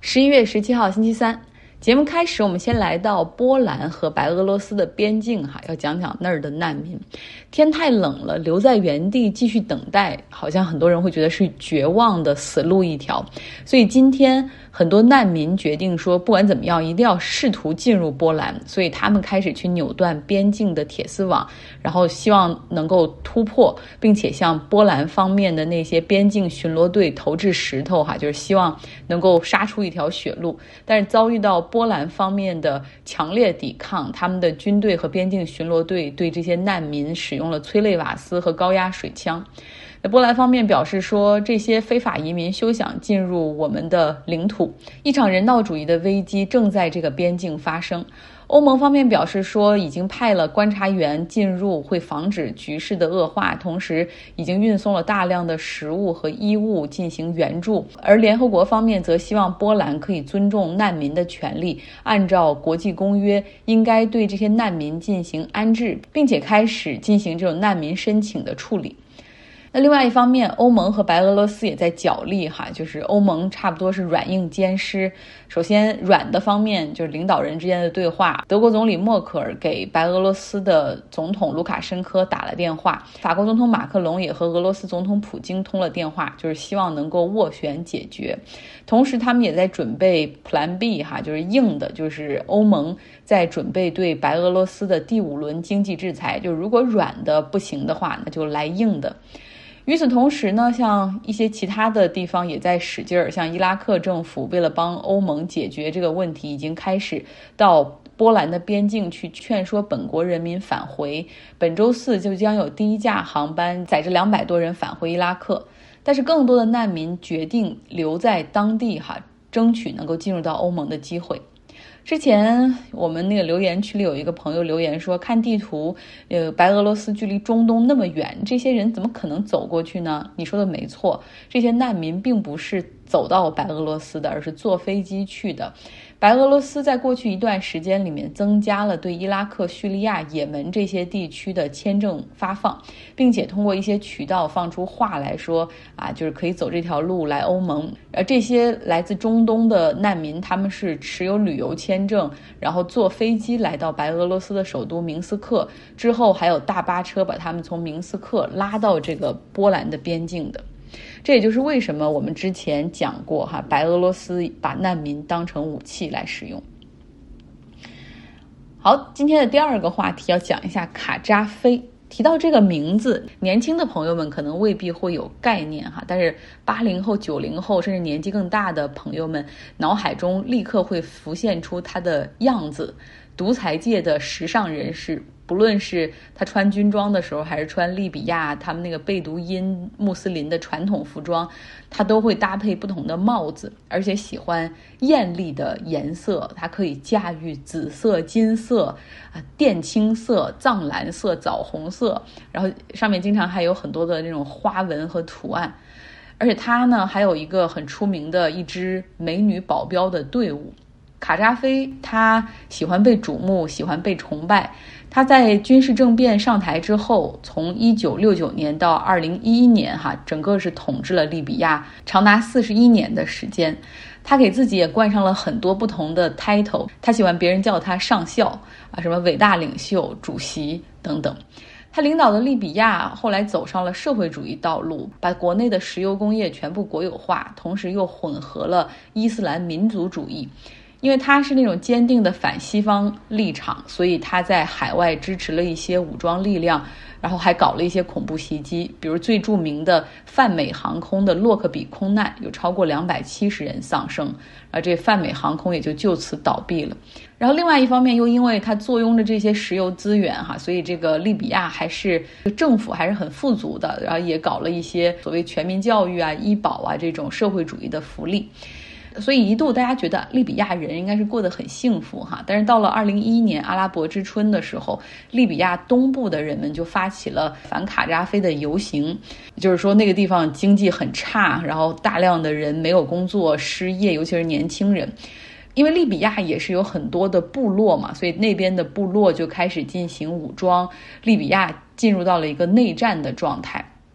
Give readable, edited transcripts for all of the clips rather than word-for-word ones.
11月17号星期三，节目开始，我们先来到波兰和白俄罗斯的边境要讲讲那儿的难民。天太冷了，留在原地继续等待，好像很多人会觉得是绝望的死路一条。所以今天很多难民决定说，不管怎么样，一定要试图进入波兰。所以他们开始去扭断边境的铁丝网，然后希望能够突破，并且向波兰方面的那些边境巡逻队投掷石头就是希望能够杀出一条血路。但是遭遇到波兰方面的强烈抵抗，他们的军队和边境巡逻队对这些难民使用了催泪瓦斯和高压水枪。波兰方面表示说，这些非法移民休想进入我们的领土，一场人道主义的危机正在这个边境发生。欧盟方面表示说，已经派了观察员进入，会防止局势的恶化，同时已经运送了大量的食物和衣物进行援助。而联合国方面则希望波兰可以尊重难民的权利，按照国际公约应该对这些难民进行安置，并且开始进行这种难民申请的处理。那另外一方面，欧盟和白俄罗斯也在角力就是欧盟差不多是软硬兼施。首先软的方面就是领导人之间的对话，德国总理默克尔给白俄罗斯的总统卢卡申科打了电话，法国总统马克龙也和俄罗斯总统普京通了电话，就是希望能够斡旋解决。同时他们也在准备 Plan B 就是硬的，就是欧盟在准备对白俄罗斯的第5轮经济制裁，就如果软的不行的话，那就来硬的。与此同时呢，像一些其他的地方也在使劲儿，像伊拉克政府为了帮欧盟解决这个问题，已经开始到波兰的边境去劝说本国人民返回。本周4就将有第1架航班载着200多人返回伊拉克，但是更多的难民决定留在当地争取能够进入到欧盟的机会。之前我们那个留言区里有一个朋友留言说，看地图，白俄罗斯距离中东那么远，这些人怎么可能走过去呢？你说的没错，这些难民并不是走到白俄罗斯的，而是坐飞机去的。白俄罗斯在过去一段时间里面增加了对伊拉克、叙利亚、也门这些地区的签证发放，并且通过一些渠道放出话来说就是可以走这条路来欧盟。而这些来自中东的难民，他们是持有旅游签证，然后坐飞机来到白俄罗斯的首都明斯克，之后还有大巴车把他们从明斯克拉到这个波兰的边境的。这也就是为什么我们之前讲过白俄罗斯把难民当成武器来使用。好，今天的第2个话题要讲一下卡扎菲。提到这个名字，年轻的朋友们可能未必会有概念但是80后、90后甚至年纪更大的朋友们脑海中立刻会浮现出他的样子。独裁界的时尚人士，不论是他穿军装的时候，还是穿利比亚他们那个贝都因穆斯林的传统服装，他都会搭配不同的帽子，而且喜欢艳丽的颜色，他可以驾驭紫色、金色、靛青色、藏蓝色、枣红色，然后上面经常还有很多的那种花纹和图案。而且他呢还有一个很出名的一支美女保镖的队伍。卡扎菲他喜欢被瞩目，喜欢被崇拜。他在军事政变上台之后，从1969年到2011年整个是统治了利比亚长达41年的时间。他给自己也冠上了很多不同的 title， 他喜欢别人叫他上校什么伟大领袖、主席等等。他领导的利比亚后来走上了社会主义道路，把国内的石油工业全部国有化，同时又混合了伊斯兰民族主义。因为他是那种坚定的反西方立场，所以他在海外支持了一些武装力量，然后还搞了一些恐怖袭击，比如最著名的泛美航空的洛克比空难，有超过270人丧生，而这泛美航空也就此倒闭了。然后另外一方面又因为它坐拥着这些石油资源所以这个利比亚还是政府还是很富足的，然后也搞了一些所谓全民教育医保这种社会主义的福利。所以一度大家觉得利比亚人应该是过得很幸福但是到了2011年阿拉伯之春的时候，利比亚东部的人们就发起了反卡扎菲的游行，就是说那个地方经济很差，然后大量的人没有工作，失业，尤其是年轻人。因为利比亚也是有很多的部落嘛，所以那边的部落就开始进行武装，利比亚进入到了一个内战的状态。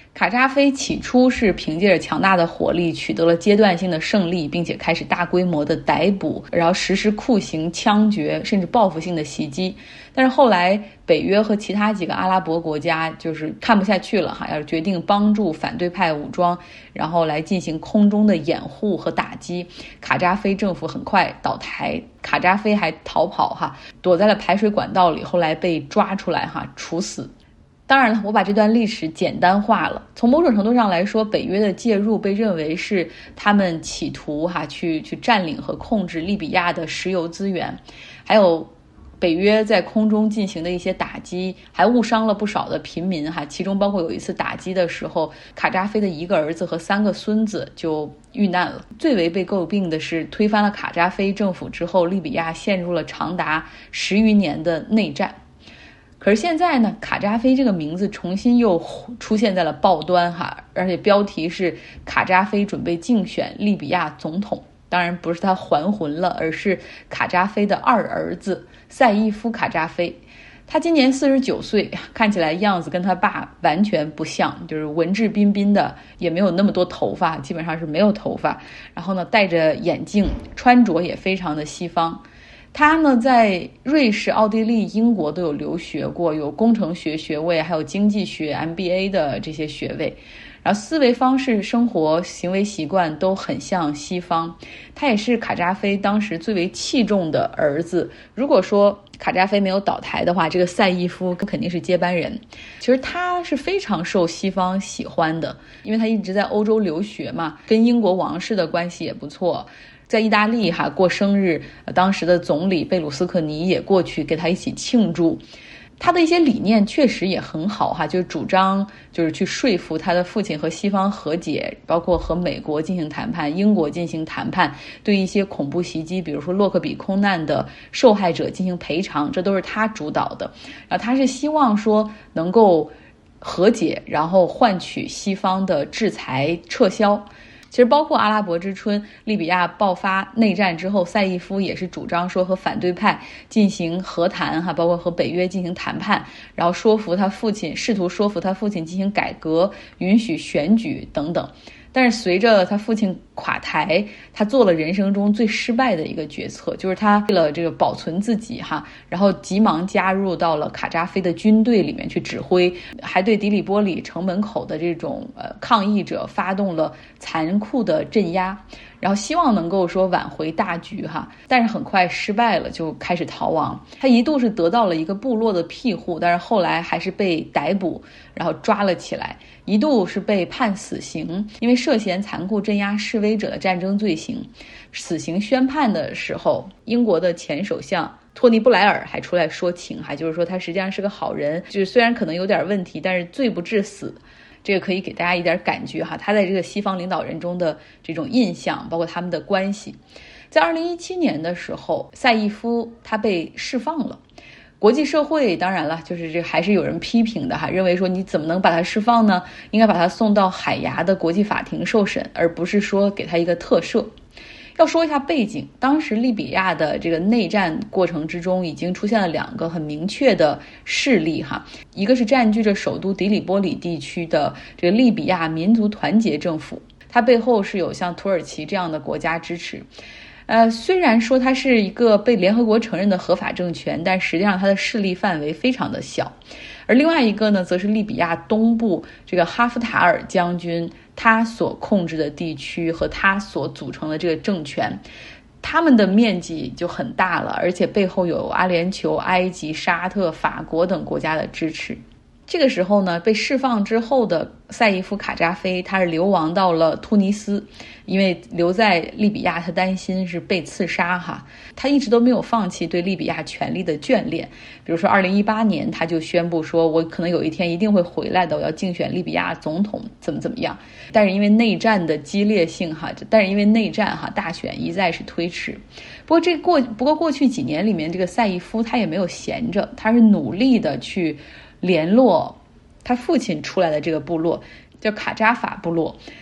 卡扎菲起初是凭借着强大的火力取得了阶段性的胜利，并且开始大规模的逮捕，然后实施酷刑、枪决，甚至报复性的袭击。但是后来北约和其他几个阿拉伯国家就是看不下去了要决定帮助反对派武装，然后来进行空中的掩护和打击。卡扎菲政府很快倒台，卡扎菲还逃跑躲在了排水管道里，后来被抓出来处死。当然了，我把这段历史简单化了。从某种程度上来说，北约的介入被认为是他们企图去占领和控制利比亚的石油资源，还有北约在空中进行的一些打击，还误伤了不少的平民其中包括有一次打击的时候，卡扎菲的一个儿子和3个孙子就遇难了。最为被诟病的是推翻了卡扎菲政府之后，利比亚陷入了长达10余年的内战。可是现在呢，卡扎菲这个名字重新又出现在了报端而且标题是卡扎菲准备竞选利比亚总统。当然不是他还魂了，而是卡扎菲的2儿子赛义夫卡扎菲。他今年49岁，看起来样子跟他爸完全不像，就是文质彬彬的，也没有那么多头发，基本上是没有头发。然后呢，戴着眼镜，穿着也非常的西方。他呢，在瑞士、奥地利、英国都有留学过，有工程学学位，还有经济学 MBA 的这些学位。然后思维方式、生活行为习惯都很像西方。他也是卡扎菲当时最为器重的儿子。如果说卡扎菲没有倒台的话，这个赛义夫肯定是接班人。其实他是非常受西方喜欢的，因为他一直在欧洲留学嘛，跟英国王室的关系也不错。在意大利过生日，当时的总理贝鲁斯科尼也过去给他一起庆祝。他的一些理念确实也很好就是主张就是去说服他的父亲和西方和解，包括和美国进行谈判、英国进行谈判，对一些恐怖袭击，比如说洛克比空难的受害者进行赔偿，这都是他主导的。然后他是希望说能够和解，然后换取西方的制裁撤销。其实包括阿拉伯之春，利比亚爆发内战之后，赛义夫也是主张说和反对派进行和谈包括和北约进行谈判，然后试图说服他父亲进行改革，允许选举等等。但是随着他父亲垮台，他做了人生中最失败的一个决策，就是他为了这个保存自己然后急忙加入到了卡扎菲的军队里面去指挥，还对迪里波里城门口的这种抗议者发动了残酷的镇压，然后希望能够说挽回大局但是很快失败了，就开始逃亡。他一度是得到了一个部落的庇护，但是后来还是被逮捕，然后抓了起来，一度是被判死刑，因为涉嫌残酷镇压示威者的战争罪行。死刑宣判的时候，英国的前首相托尼布莱尔还出来说情就是说他实际上是个好人，就是虽然可能有点问题，但是罪不至死。这个可以给大家一点感觉他在这个西方领导人中的这种印象，包括他们的关系。在2017年的时候，赛义夫他被释放了。国际社会当然了，就是这还是有人批评的认为说你怎么能把他释放呢？应该把他送到海牙的国际法庭受审，而不是说给他一个特赦。要说一下背景，当时利比亚的这个内战过程之中已经出现了2个很明确的势力一个是占据着首都迪里波里地区的这个利比亚民族团结政府，它背后是有像土耳其这样的国家支持。虽然说它是一个被联合国承认的合法政权，但实际上它的势力范围非常的小。而另外一个呢，则是利比亚东部这个哈夫塔尔将军他所控制的地区和他所组成的这个政权，他们的面积就很大了，而且背后有阿联酋、埃及、沙特、法国等国家的支持。这个时候呢，被释放之后的赛义夫卡扎菲，他是流亡到了突尼斯，因为留在利比亚他担心是被刺杀他一直都没有放弃对利比亚权力的眷恋。比如说2018年他就宣布说，我可能有一天一定会回来的，我要竞选利比亚总统，怎么样。但是因为内战的激烈性大选一再是推迟。不过过去几年里面，这个赛义夫他也没有闲着，他是努力的去联络他父亲出来的这个部落，叫卡扎法部落。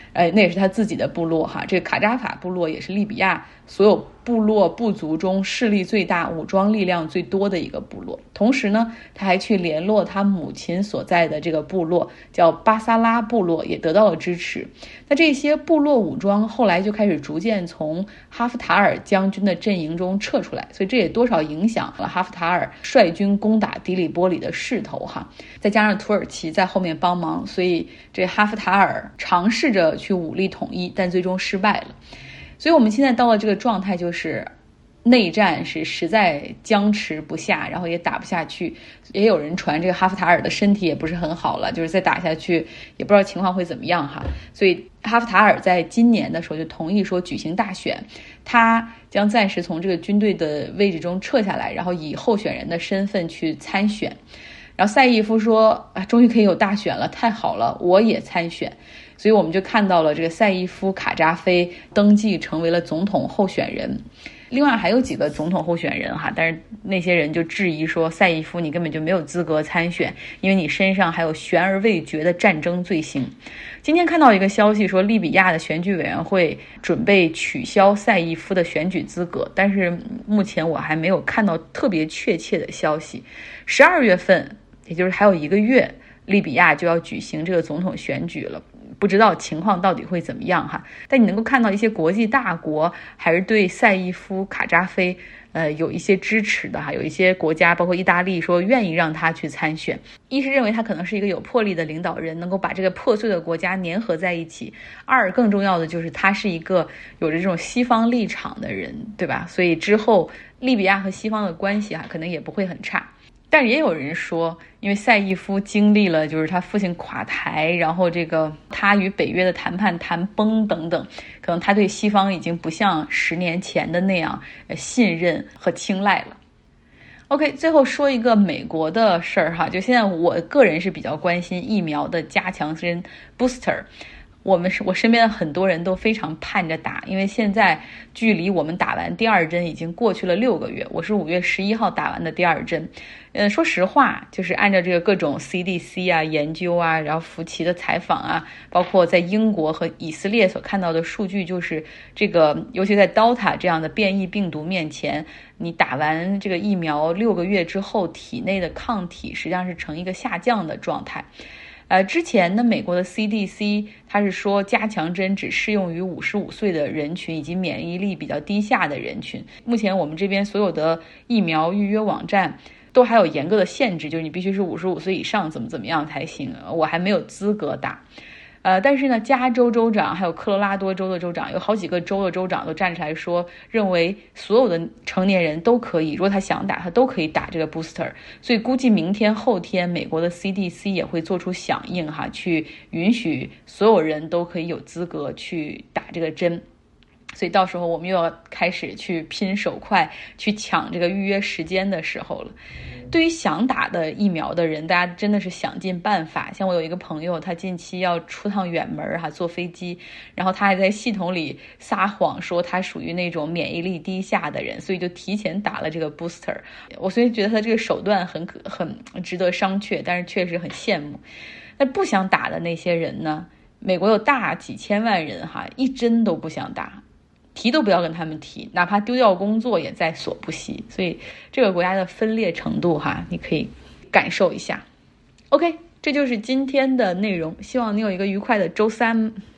那也是他自己的部落哈。这个卡扎法部落也是利比亚所有部落部族中势力最大、武装力量最多的一个部落。同时呢，他还去联络他母亲所在的这个部落，叫巴萨拉部落，也得到了支持。那这些部落武装后来就开始逐渐从哈夫塔尔将军的阵营中撤出来，所以这也多少影响了哈夫塔尔率军攻打迪里波里的势头哈。再加上土耳其在后面帮忙，所以这哈夫塔尔尝试着去武力统一，但最终失败了。所以我们现在到了这个状态，就是内战是实在僵持不下，然后也打不下去。也有人传这个哈夫塔尔的身体也不是很好了，就是再打下去也不知道情况会怎么样哈。所以哈夫塔尔在今年的时候就同意说举行大选，他将暂时从这个军队的位置中撤下来，然后以候选人的身份去参选。然后赛义夫说终于可以有大选了，太好了，我也参选。所以我们就看到了这个赛义夫卡扎菲登记成为了总统候选人。另外还有几个总统候选人哈，但是那些人就质疑说，赛义夫你根本就没有资格参选，因为你身上还有悬而未决的战争罪行。今天看到一个消息说，利比亚的选举委员会准备取消赛义夫的选举资格，但是目前我还没有看到特别确切的消息。12月份，也就是还有1个月，利比亚就要举行这个总统选举了。不知道情况到底会怎么样哈，但你能够看到一些国际大国还是对赛义夫卡扎菲有一些支持的哈，有一些国家包括意大利说愿意让他去参选。一是认为他可能是一个有魄力的领导人，能够把这个破碎的国家粘合在一起；二更重要的就是他是一个有着这种西方立场的人，对吧？所以之后利比亚和西方的关系可能也不会很差。但是也有人说，因为赛义夫经历了就是他父亲垮台，然后这个他与北约的谈判谈崩等等，可能他对西方已经不像10年前的那样信任和青睐了。OK， 最后说一个美国的事儿哈，就现在我个人是比较关心疫苗的加强针 booster。我身边的很多人都非常盼着打，因为现在距离我们打完第2针已经过去了6个月，我是5月11号打完的第2针。说实话，就是按照这个各种 CDC 啊研究啊，然后福奇的采访啊，包括在英国和以色列所看到的数据，就是这个尤其在 Delta 这样的变异病毒面前，你打完这个疫苗6个月之后，体内的抗体实际上是呈一个下降的状态。之前呢，美国的 CDC 它是说加强针只适用于55岁的人群以及免疫力比较低下的人群。目前我们这边所有的疫苗预约网站都还有严格的限制，就是你必须是55岁以上怎么样才行，我还没有资格打。但是呢，加州州长还有科罗拉多州的州长，有好几个州的州长都站出来说，认为所有的成年人都可以，如果他想打，他都可以打这个 booster。所以估计明天后天，美国的 CDC 也会做出响应哈，去允许所有人都可以有资格去打这个针。所以到时候我们又要开始去拼手快，去抢这个预约时间的时候了。对于想打的疫苗的人，大家真的是想尽办法。像我有一个朋友，他近期要出趟远门哈，坐飞机，然后他还在系统里撒谎说他属于那种免疫力低下的人，所以就提前打了这个 booster。我所以觉得他这个手段很值得商榷，但是确实很羡慕。那不想打的那些人呢？美国有大几千万人哈，一针都不想打。提都不要跟他们提，哪怕丢掉工作也在所不惜。所以这个国家的分裂程度哈，你可以感受一下。OK， 这就是今天的内容，希望你有一个愉快的周三。